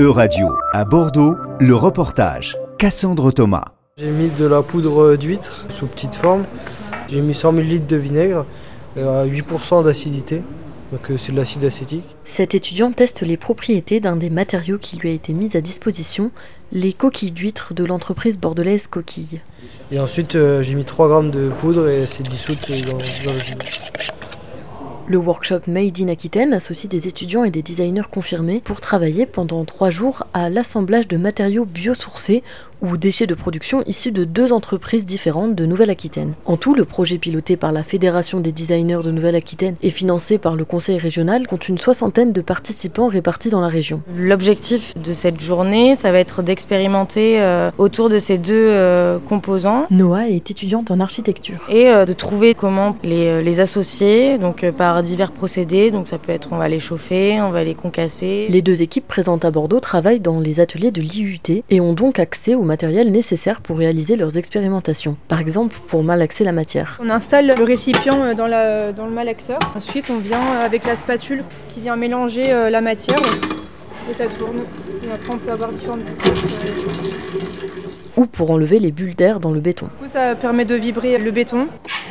E-Radio, à Bordeaux, le reportage. Cassandre Thomas. J'ai mis de la poudre d'huître sous petite forme. J'ai mis 100 ml de vinaigre à 8% d'acidité. Donc c'est de l'acide acétique. Cet étudiant teste les propriétés d'un des matériaux qui lui a été mis à disposition, les coquilles d'huître de l'entreprise bordelaise Coquille. Et ensuite j'ai mis 3 grammes de poudre et c'est dissout dans le jus. Le workshop Made in Aquitaine associe des étudiants et des designers confirmés pour travailler pendant 3 jours à l'assemblage de matériaux biosourcés ou déchets de production issus de 2 entreprises différentes de Nouvelle-Aquitaine. En tout, le projet piloté par la Fédération des designers de Nouvelle-Aquitaine et financé par le Conseil régional compte une 60aine de participants répartis dans la région. L'objectif de cette journée, ça va être d'expérimenter autour de ces 2 composants. Noah est étudiante en architecture. Et de trouver comment les associer, donc par divers procédés. Donc ça peut être, on va les chauffer, on va les concasser. Les 2 équipes présentes à Bordeaux travaillent dans les ateliers de l'IUT et ont donc accès au matériel nécessaire pour réaliser leurs expérimentations. Par exemple, pour malaxer la matière. On installe le récipient dans le malaxeur. Ensuite, on vient avec la spatule qui vient mélanger la matière et ça tourne. Et après, on peut avoir différentes vitesses. Ou pour enlever les bulles d'air dans le béton. Du coup, ça permet de vibrer le béton.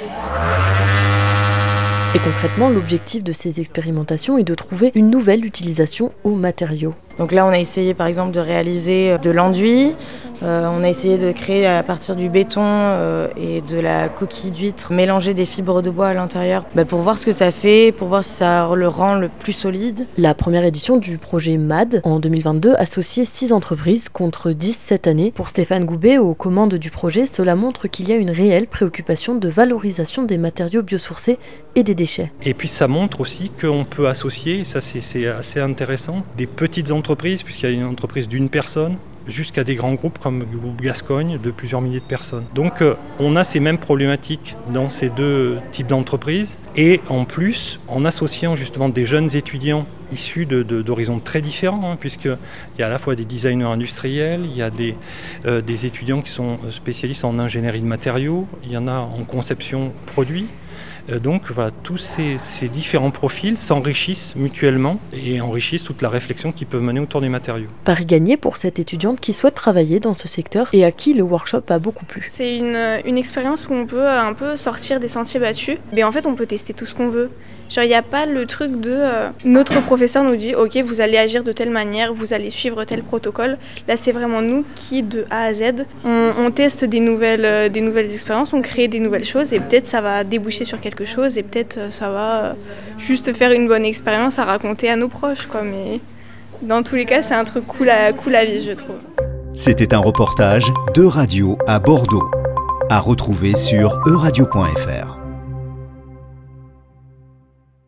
Et concrètement, l'objectif de ces expérimentations est de trouver une nouvelle utilisation aux matériaux. Donc là, on a essayé par exemple de réaliser de l'enduit. On a essayé de créer à partir du béton et de la coquille d'huître, mélanger des fibres de bois à l'intérieur pour voir ce que ça fait, pour voir si ça le rend le plus solide. La première édition du projet MAD en 2022 associait 6 entreprises contre 10 cette année. Pour Stéphane Goubet, aux commandes du projet, cela montre qu'il y a une réelle préoccupation de valorisation des matériaux biosourcés et des déchets. Et puis ça montre aussi qu'on peut associer, ça c'est assez intéressant, des petites entreprises, puisqu'il y a une entreprise d'une personne, jusqu'à des grands groupes comme le groupe Gascogne de plusieurs milliers de personnes. Donc on a ces mêmes problématiques dans ces 2 types d'entreprises et en plus en associant justement des jeunes étudiants issus d'horizons très différents, puisqu'il y a à la fois des designers industriels, il y a des étudiants qui sont spécialistes en ingénierie de matériaux, il y en a en conception produit. Donc voilà, tous ces différents profils s'enrichissent mutuellement et enrichissent toute la réflexion qu'ils peuvent mener autour des matériaux. Pari gagné pour cette étudiante qui souhaite travailler dans ce secteur et à qui le workshop a beaucoup plu. C'est une expérience où on peut un peu sortir des sentiers battus. Mais en fait, on peut tester tout ce qu'on veut. Genre, il n'y a pas le truc de notre professeur nous dit « Ok, vous allez agir de telle manière, vous allez suivre tel protocole ». Là, c'est vraiment nous qui, de A à Z, on teste des nouvelles expériences, on crée des nouvelles choses et peut-être ça va déboucher sur quelque chose et peut-être ça va juste faire une bonne expérience à raconter à nos proches, quoi. Mais dans tous les cas, c'est un truc cool à vivre, je trouve. C'était un reportage d'E-Radio à Bordeaux, à retrouver sur euradio.fr.